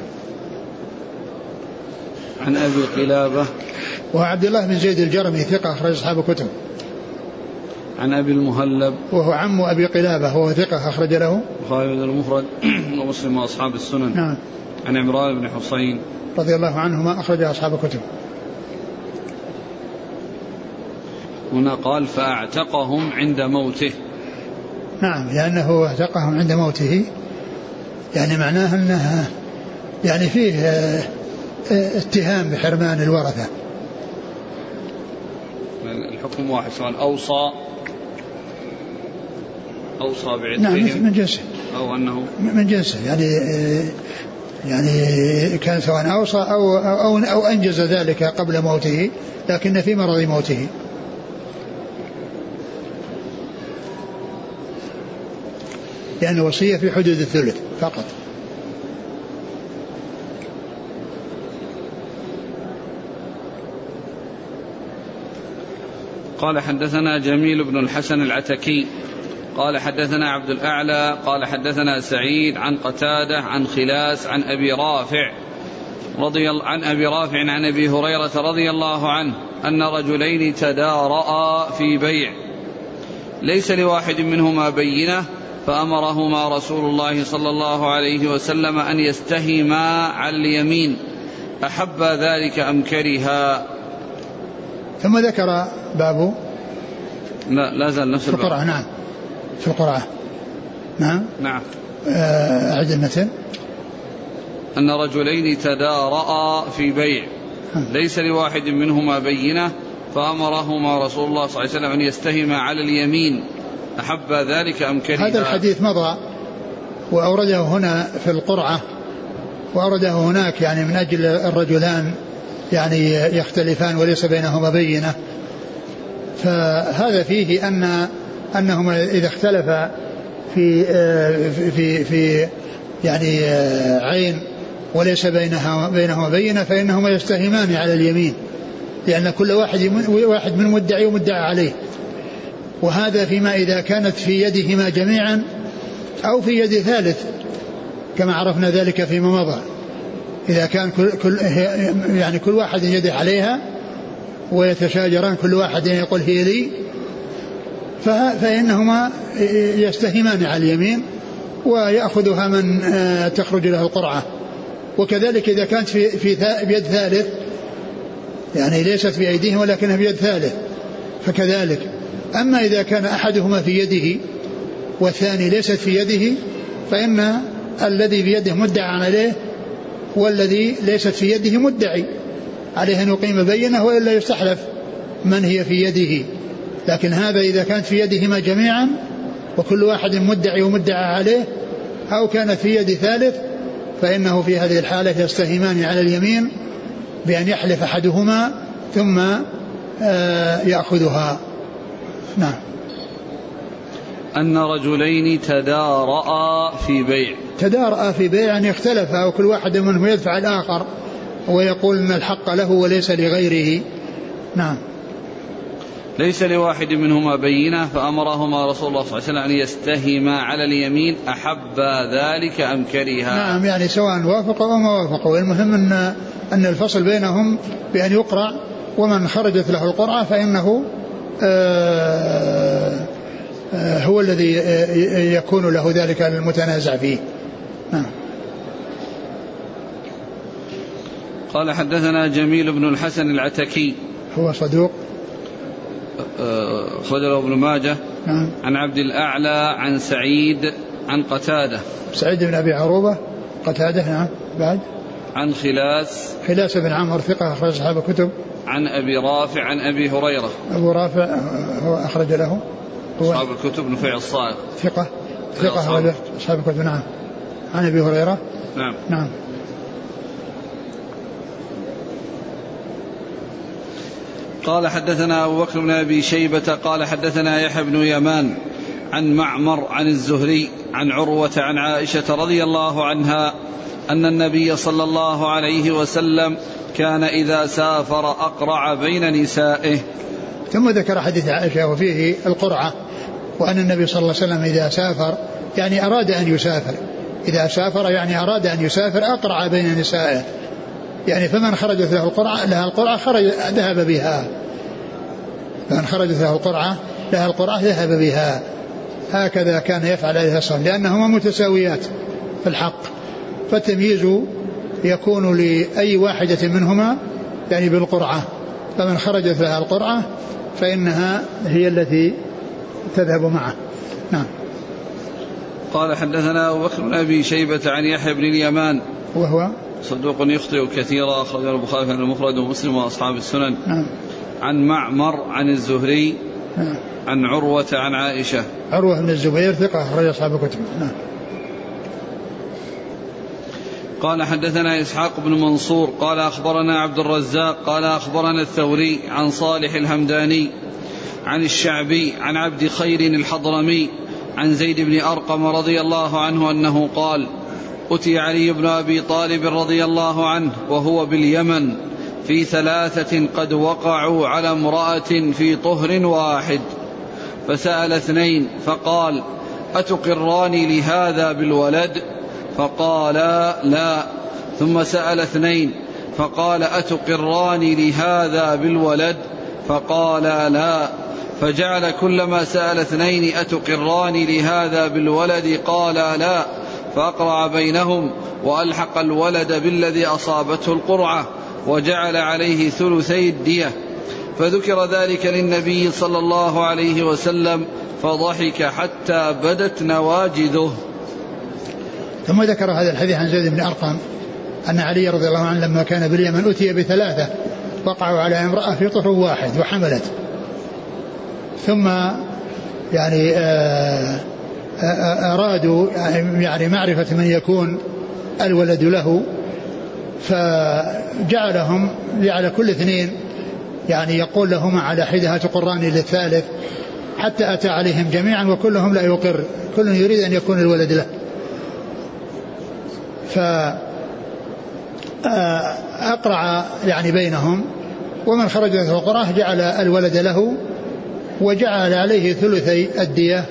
عن أبي قلابة وعبد الله بن زيد الجرمي ثقة أخرج أصحاب الكتب. عن أبي المهلب وهو عم أبي قلابة وهو ثقة أخرج له البخاري المفرد ومسلم وأصحاب السنن. نعم. عن عمران بن حصين رضي الله عنهما أخرج أصحاب الكتب. هنا قال فأعتقهم عند موته. نعم، لأنه اعتقهم عند موته، يعني معناه أنه يعني فيه اتهام بحرمان الورثة. الحكم واحد، سواء أوصى بعتقهم. نعم، من جنسه أو أنه من جنسه، يعني كان سواء أوصى أو أنجز ذلك قبل موته، لكن في مرض موته. لأن الوصية في حدود الثلث فقط. قال حدثنا جميل بن الحسن العتكي قال حدثنا عبد الأعلى قال حدثنا سعيد عن قتادة عن خلاس عن أبي رافع عن أبي هريرة رضي الله عنه أن رجلين تدارأا في بيع ليس لواحد منهما بينة فأمرهما رسول الله صلى الله عليه وسلم أن يستهما على اليمين أحب ذلك أم كرها. ثم ذكر باب لا زال نفس في القرعة. نعم، في القرعة. نعم. أعد المثل. أن رجلين تدارأا في بيع ليس لواحد منهما بينة فأمرهما رسول الله صلى الله عليه وسلم أن يستهما على اليمين أحب ذلك أم كرها. هذا الحديث مضى وأورده هنا في القرعة، وأورده هناك يعني من أجل الرجلان يعني يختلفان وليس بينهما بينة. فهذا فيه أنهما إذا اختلفا يعني عين وليس بينهما بينة فإنهما يستهمان على اليمين، لأن كل واحد من مدعي ومدعى عليه. وهذا فيما إذا كانت في يدهما جميعا أو في يد ثالث كما عرفنا ذلك فيما مضى. إذا كان كل واحد يده عليها ويتشاجران كل واحد يقول هي لي، فإنهما يستهمان على اليمين ويأخذها من تخرج له القرعة. وكذلك إذا كانت في بيد ثالث، يعني ليست بأيديهم ولكنها بيد ثالث، فكذلك. أما إذا كان أحدهما في يده والثاني ليست في يده، فإن الذي بيده مدعى عليه والذي ليست في يده مدعي عليه أن يقيم بينه وإلا يستحلف من هي في يده. لكن هذا إذا كانت في يدهما جميعا وكل واحد مدعي ومدعى عليه أو كانت في يد ثالث، فإنه في هذه الحالة يستهمان على اليمين بأن يحلف أحدهما ثم يأخذها. نعم. أن رجلين تدارأ في بيع يعني اختلفا وكل واحد منهم يدفع الآخر ويقول أن الحق له وليس لغيره. نعم. ليس لواحد منهما بينة فأمرهما رسول الله صلى الله عليه وسلم أن يستهما على اليمين أحبا ذلك أم كرها. نعم، يعني سواء وافقوا أو ما وافقوا، المهم أن الفصل بينهم بأن يقرع، ومن خرجت له القرعة فإنه هو الذي يكون له ذلك المتنازع فيه. نعم. قال حدثنا جميل بن الحسن العتكي هو صدوق خرجه ابن ماجه. نعم. عن عبد الأعلى عن سعيد عن قتادة، سعيد بن أبي عروبة قتادة. نعم. بعد عن خلاس بن عمرو ثقة أخرج أصحاب الكتب. عن أبي رافع عن أبي هريرة. أبو رافع هو أخرج له أصحاب الكتب نفيع الصائغ ثقة أخرج أصحاب الكتب. نعم. عن أبي هريرة. نعم. قال حدثنا أبو بكر بن أبي شيبة قال حدثنا يحيى بن يمان عن معمر عن الزهري عن عروة عن عائشة رضي الله عنها أن النبي صلى الله عليه وسلم كان إذا سافر أقرع بين نسائه. ثم ذكر حديث عائشة وفيه القرعة، وأن النبي صلى الله عليه وسلم إذا سافر يعني أراد أن يسافر، إذا سافر يعني أراد أن يسافر أقرع بين نسائه، يعني فمن خرجت له القرعة ذهب بها، فمن خرجت له القرعة ذهب بها. هكذا كان يفعل عليه الصلاة والسلام، لأنهما متساويات في الحق، فالتمييز يكون لأي واحدة منهما يعني بالقرعة، فمن خرجت لها القرعة فإنها هي التي تذهب معه. نعم. قال حدثنا أبو بكر بن أبي شيبة عن يحيى بن اليمان وهو صدوق يخطئ كثيرا أخرجه البخاري في المفرد ومسلم وأصحاب السنن. نعم. عن معمر عن الزهري. نعم. عن عروة عن عائشة. عروة بن الزبير ثقة أخرج أصحاب الكتب. نعم. قال حدثنا إسحاق بن منصور قال أخبرنا عبد الرزاق قال أخبرنا الثوري عن صالح الهمداني عن الشعبي عن عبد خير الحضرمي عن زيد بن أرقم رضي الله عنه أنه قال: أتي علي بن أبي طالب رضي الله عنه وهو باليمن في 3 قد وقعوا على امرأة في طهر واحد، فسأل 2 فقال: أتقراني لهذا بالولد؟ فقالا: لا. ثم سأل 2 فقال: أتقراني لهذا بالولد؟ فقالا: لا. فجعل كلما سأل 2 أتقراني لهذا بالولد؟ قالا: لا. فأقرع بينهم وألحق الولد بالذي أصابته القرعة وجعل عليه 3 الدية، فذكر ذلك للنبي صلى الله عليه وسلم فضحك حتى بدت نواجذه. ثم ذكر هذا الحديث عن زيد بن أرقم أن علي رضي الله عنه لما كان باليمن أتي ب3 وقعوا على امرأة في طهر واحد وحملت، ثم يعني أرادوا يعني معرفة من يكون الولد له، فجعلهم جعل كل 2 يعني يقول لهما على حدها تقراني للثالث، حتى أتى عليهم جميعا وكلهم لا يقر، كل يريد أن يكون الولد له. فأقرع يعني بينهم، ومن خرجت له القرعة جعل الولد له، وجعل عليه ثلثي الدية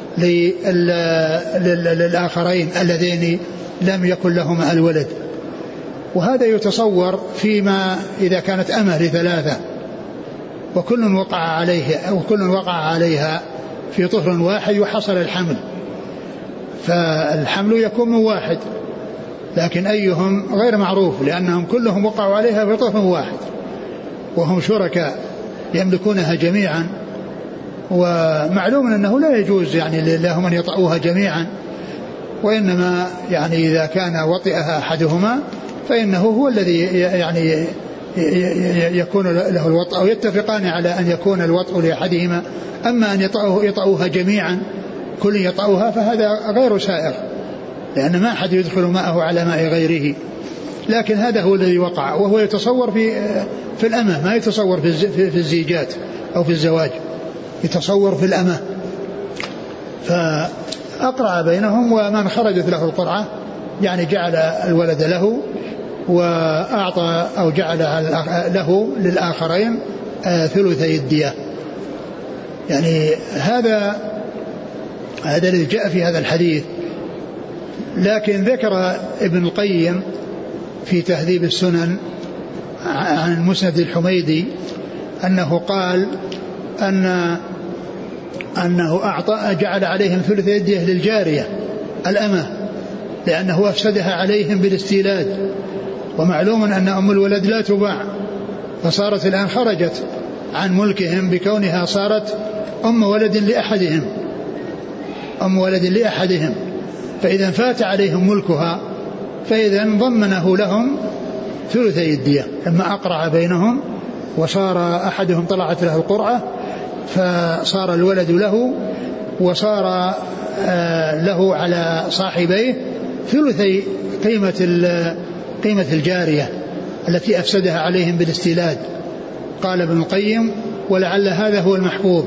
للآخرين اللذين لم يكن لهما الولد. وهذا يتصور فيما إذا كانت أمه لثلاثة وكل وقع عليها في طفل واحد وحصل الحمل، فالحمل يكون من واحد، لكن أيهم غير معروف لأنهم كلهم وقعوا عليها في طفل واحد وهم شركاء يملكونها جميعا. ومعلوم أنه لا يجوز يعني لهم أن يطأوها جميعا، وإنما يعني إذا كان وطئها أحدهما فإنه هو الذي يعني يكون له الوطأ، أو يتفقان على أن يكون الوطأ لأحدهما. أما أن يطأوها جميعا كل يطأوها فهذا غير سائغ، لأن ما أحد يدخل ماءه على ماء غيره. لكن هذا هو الذي وقع، وهو يتصور في الأمة، ما يتصور في الزيجات أو في الزواج، يتصور في الأمة. فأقرع بينهم، ومن خرجت له القرعة يعني جعل الولد له، وأعطى أو جعل له للآخرين ثلثي الدية. يعني هذا الذي جاء في هذا الحديث. لكن ذكر ابن القيم في تهذيب السنن عن مسند الحميدي أنه قال أنه جعل عليهم ثلثي الدية للجارية الأمة لأنه أفسدها عليهم بالاستيلاد، ومعلوم أن أم الولد لا تباع، فصارت الآن خرجت عن ملكهم بكونها صارت أم ولد لأحدهم، فإذا فات عليهم ملكها فإذا ضمنه لهم ثلثي الدية. لما أقرع بينهم وصار أحدهم طلعت له القرعة فصار الولد له، وصار له على صاحبيه ثلثي قيمة الجارية التي أفسدها عليهم بالاستيلاد. قال ابن القيم ولعل هذا هو المحفوظ،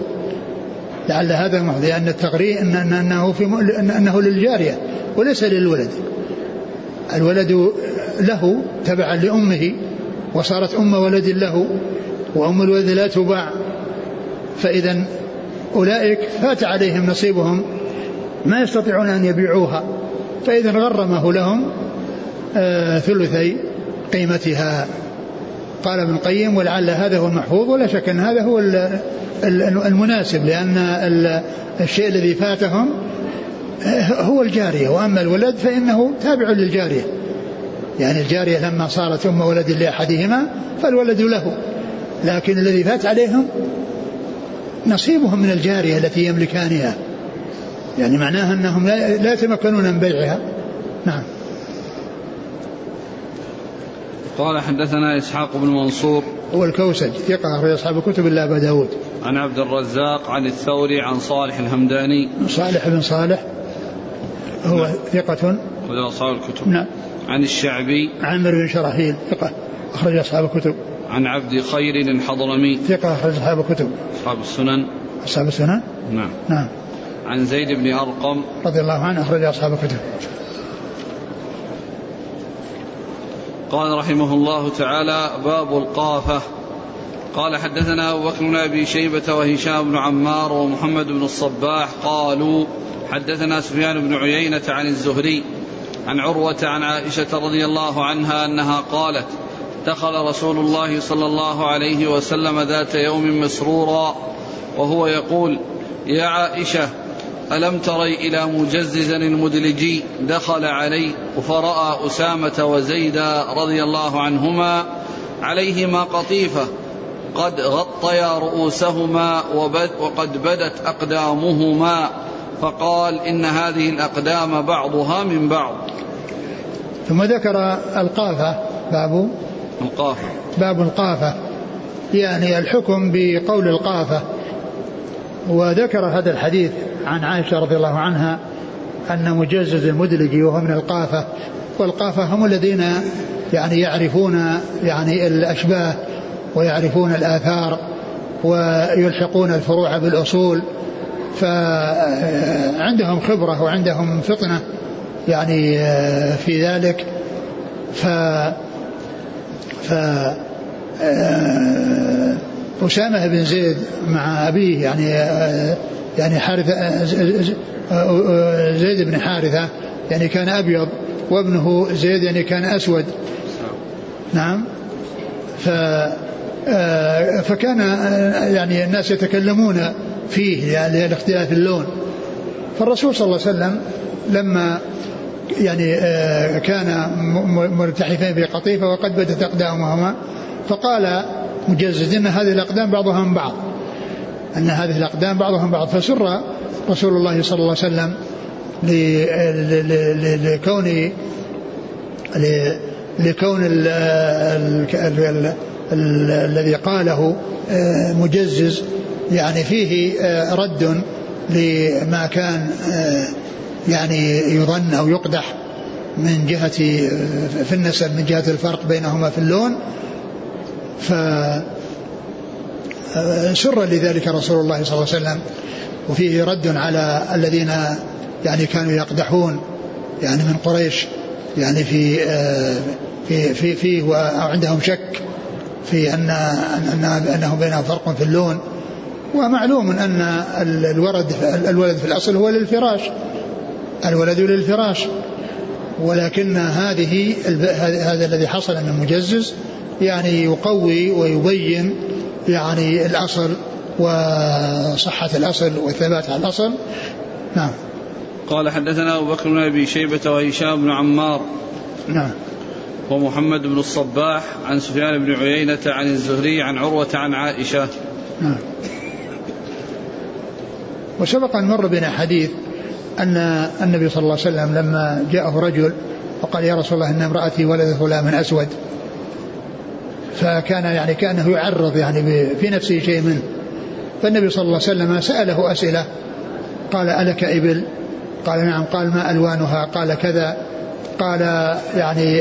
لأن التقرير أنه للجارية وليس للولد. الولد له تبعا لأمه، وصارت أم ولد له، وأم الولد لا تباع، فإذا أولئك فات عليهم نصيبهم ما يستطيعون أن يبيعوها، فإذا غرمه لهم ثلثي قيمتها. قال ابن القيم ولعل هذا هو المحفوظ، ولا شك أن هذا هو المناسب، لأن الشيء الذي فاتهم هو الجارية، وأما الولد فإنه تابع للجارية. يعني الجارية لما صارت أم ولد لأحدهما فالولد له، لكن الذي فات عليهم نصيبهم من الجارية التي يملكانها، يعني معناها أنهم لا يتمكنون من بيعها. نعم. قال حدثنا إسحاق بن منصور هو الكوسج ثقة أخرج أصحاب الكتب إلا أبا داود. عن عبد الرزاق عن الثوري عن صالح الهمداني. صالح بن صالح هو ثقة أخرج أصحاب الكتب. نعم. عن الشعبي عامر بن شراحيل ثقة أخرج أصحاب الكتب. عن عبد خير الحضرمي ثقة أخرج أصحاب الكتب. أصحاب السنن. نعم. نعم. عن زيد بن أرقم رضي الله عنه أخرج أصحاب الكتب. قال رحمه الله تعالى: باب القافة. قال حدثنا أبو بكر بن أبي شيبة وهشام بن عمار ومحمد بن الصباح قالوا حدثنا سفيان بن عيينة عن الزهري عن عروة عن عائشة رضي الله عنها أنها قالت: دخل رسول الله صلى الله عليه وسلم ذات يوم مسرورا وهو يقول: يا عائشة ألم تري إلى مجزز المدلجي دخل علي فرأى أسامة وزيدا رضي الله عنهما عليهما قطيفة قد غطيا رؤوسهما وقد بدت أقدامهما، فقال: إن هذه الأقدام بعضها من بعض. ثم ذكر القافة. باب القافة يعني الحكم بقول القافة. وذكر هذا الحديث عن عائشة رضي الله عنها أن مجزز المدلجي وهو من القافة، والقافة هم الذين يعني يعرفون يعني الأشباه ويعرفون الآثار ويلحقون الفروع بالأصول، فعندهم خبرة وعندهم فطنة يعني في ذلك. أسامة بن زيد مع أبيه يعني حارثة زيد بن حارثة يعني كان أبيض، وابنه زيد يعني كان أسود. نعم. فكان يعني الناس يتكلمون فيه يعني لاختلاف اللون. فالرسول صلى الله عليه وسلم لما يعني كان مرتحفين في قطيفة وقد بدت أقدامهما، فقال مجزز إن هذه الأقدام بعضها من بعض، أن هذه الأقدام بعضها من بعض. فسر رسول الله صلى الله عليه وسلم لكون الذي قاله مجزز يعني فيه رد لما كان يعني يظن أو يقدح من جهة في النسب، من جهة الفرق بينهما في اللون. فسر لذلك رسول الله صلى الله عليه وسلم، وفيه رد على الذين يعني كانوا يقدحون يعني من قريش يعني في وعندهم شك في أنه بينهم فرق في اللون. ومعلوم أن الولد في الأصل هو للفراش، الولد للفراش، ولكن هذا الذي حصل من المجزز يعني يقوي ويبين يعني الأصل وصحة الأصل وثبات على الأصل. نعم. قال حدثنا أبو بكر بن أبي شيبة وهشام بن عمار. نعم. ومحمد بن الصباح عن سفيان بن عيينة عن الزهري عن عروة عن عائشة. نعم. وسبق أن مر بنا حديث أن النبي صلى الله عليه وسلم لما جاءه رجل وقال يا رسول الله إن امرأتي ولدت غلام أسود، فكان يعني كأنه يعرض يعني في نفسه شيء منه، فالنبي صلى الله عليه وسلم سأله أسئلة. قال ألك إبل؟ قال نعم. قال ما ألوانها؟ قال كذا. قال يعني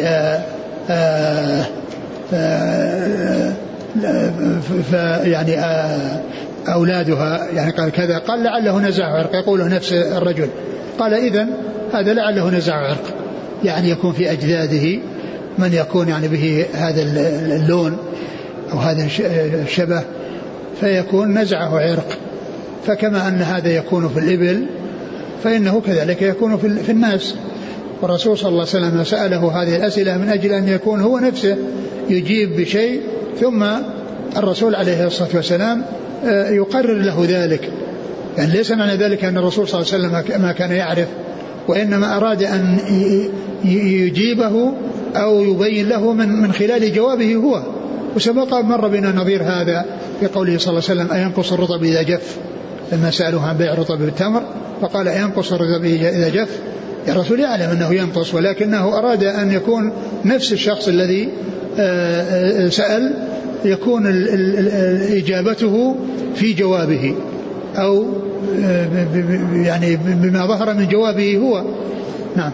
يعني أولادها يعني قال كذا. قال لعله نزع عرق، يقوله نفس الرجل. قال إذن هذا لعله نزع عرق، يعني يكون في أجداده من يكون يعني به هذا اللون أو هذا الشبه، فيكون نزعه عرق. فكما أن هذا يكون في الإبل فإنه كذلك يكون في الناس. والرسول صلى الله عليه وسلم سأله هذه الأسئلة من أجل أن يكون هو نفسه يجيب بشيء، ثم الرسول عليه الصلاة والسلام يقرر له ذلك. يعني ليس معنى ذلك أن الرسول صلى الله عليه وسلم ما كان يعرف، وإنما أراد أن يجيبه أو يبين له من خلال جوابه هو. وسبق مر بنا نظير هذا في قوله صلى الله عليه وسلم أينقص الرطب إذا جف، لما سألوه عن بيع الرطب بالتمر فقال أينقص الرطب إذا جف. الرسول يعلم أنه ينقص، ولكنه أراد أن يكون نفس الشخص الذي سأل يكون إجابته في جوابه أو يعني بما ظهر من جوابه هو. نعم.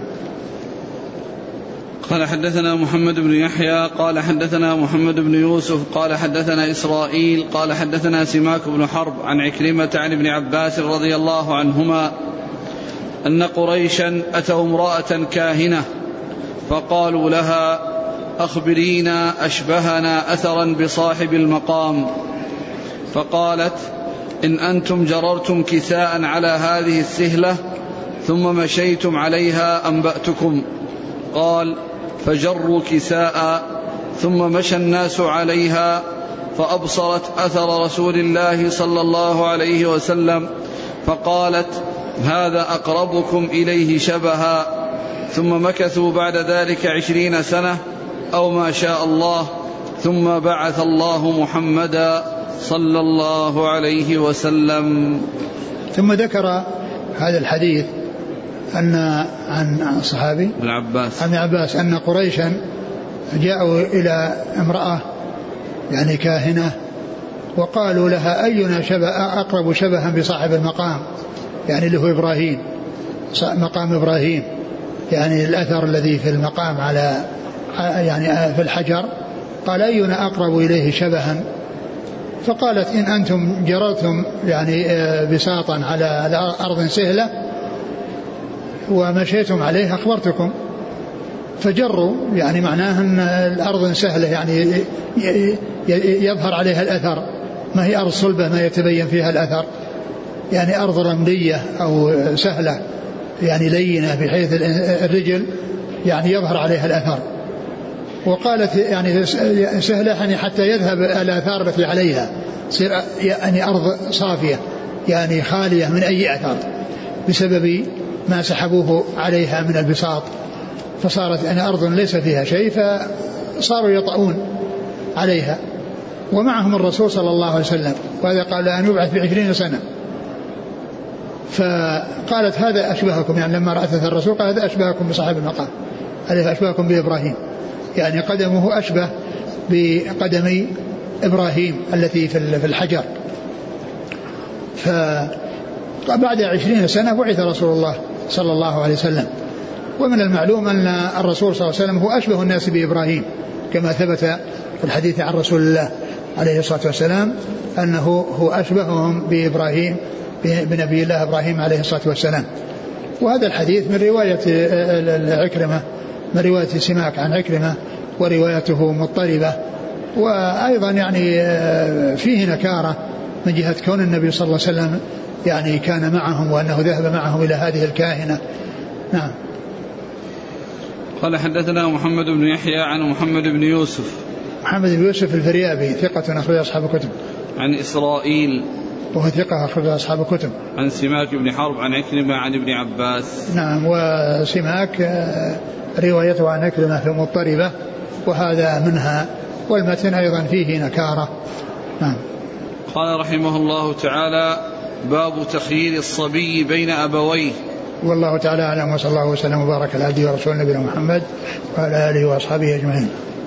قال حدثنا محمد بن يحيى قال حدثنا محمد بن يوسف قال حدثنا إسرائيل قال حدثنا سماك بن حرب عن عكرمة عن ابن عباس رضي الله عنهما أن قريشا أتوا امرأة كاهنة فقالوا لها أخبرينا أشبهنا أثرا بصاحب المقام، فقالت إن أنتم جررتم كساء على هذه السهلة ثم مشيتم عليها أنبأتكم. قال فجروا كساء ثم مشى الناس عليها فأبصرت أثر رسول الله صلى الله عليه وسلم فقالت هذا أقربكم إليه شبها. ثم مكثوا بعد ذلك 20 سنة أو ما شاء الله، ثم بعث الله محمدا صلى الله عليه وسلم. ثم ذكر هذا الحديث أن عن صحابي ابن عباس أن قريشا جاءوا إلى امرأة يعني كاهنة وقالوا لها أينا أقرب شبها بصاحب المقام، يعني له إبراهيم، مقام إبراهيم، يعني الأثر الذي في المقام على يعني في الحجر. قال أينا أقرب إليه شبها؟ فقالت إن أنتم جررتم يعني بساطا على أرض سهلة ومشيتم عليه أخبرتكم. فجروا يعني معناه أن الأرض سهلة يعني يظهر عليها الأثر، ما هي أرض صلبة ما يتبين فيها الأثر، يعني أرض رملية أو سهلة يعني لينة بحيث الرجل يعني يظهر عليها الأثر. وقالت يعني سهلة يعني حتى يذهب الآثار التي عليها، تصير يعني أرض صافية يعني خالية من أي أثر بسبب ما سحبوه عليها من البساط، فصارت يعني أرض ليس فيها شيء، فصاروا يطؤون عليها. ومعهم الرسول صلى الله عليه وسلم، وهذا قال أن يبعث ب20 سنة. فقالت هذا أشبهكم، يعني لما رأت الرسول قال هذا أشبهكم بصاحب المقام، هذا أشبهكم بإبراهيم، يعني قدمه أشبه بقدم إبراهيم التي في الحجر. فبعد 20 سنة بعث رسول الله صلى الله عليه وسلم. ومن المعلوم أن الرسول صلى الله عليه وسلم هو أشبه الناس بإبراهيم، كما ثبت في الحديث عن رسول الله عليه الصلاة والسلام أنه هو أشبههم بإبراهيم، بنبي الله إبراهيم عليه الصلاة والسلام. وهذا الحديث من رواية عكرمة، من رواية سماك عن عكرمة، وروايته مضطربة، وأيضا يعني فيه نكارة من جهة كون النبي صلى الله عليه وسلم يعني كان معهم وأنه ذهب معهم إلى هذه الكاهنة. نعم. قال حدثنا محمد بن يحيى عن محمد بن يوسف. محمد بن يوسف الفريابي ثقة أخرج أصحاب الكتب. عن إسرائيل وهو ثقة أخرج أصحاب الكتب. عن سماك بن حرب عن عكرمة عن ابن عباس. نعم. وسماك روايته عن عكرمة في مضطربة، وهذا منها، والمتن أيضا فيه نكارة. نعم. قال رحمه الله تعالى: باب تخيير الصبي بين أبويه. والله تعالى أعلم، وصلى الله وسلم وبارك على عبده ورسوله نبينا محمد وعلى آله وأصحابه أجمعين.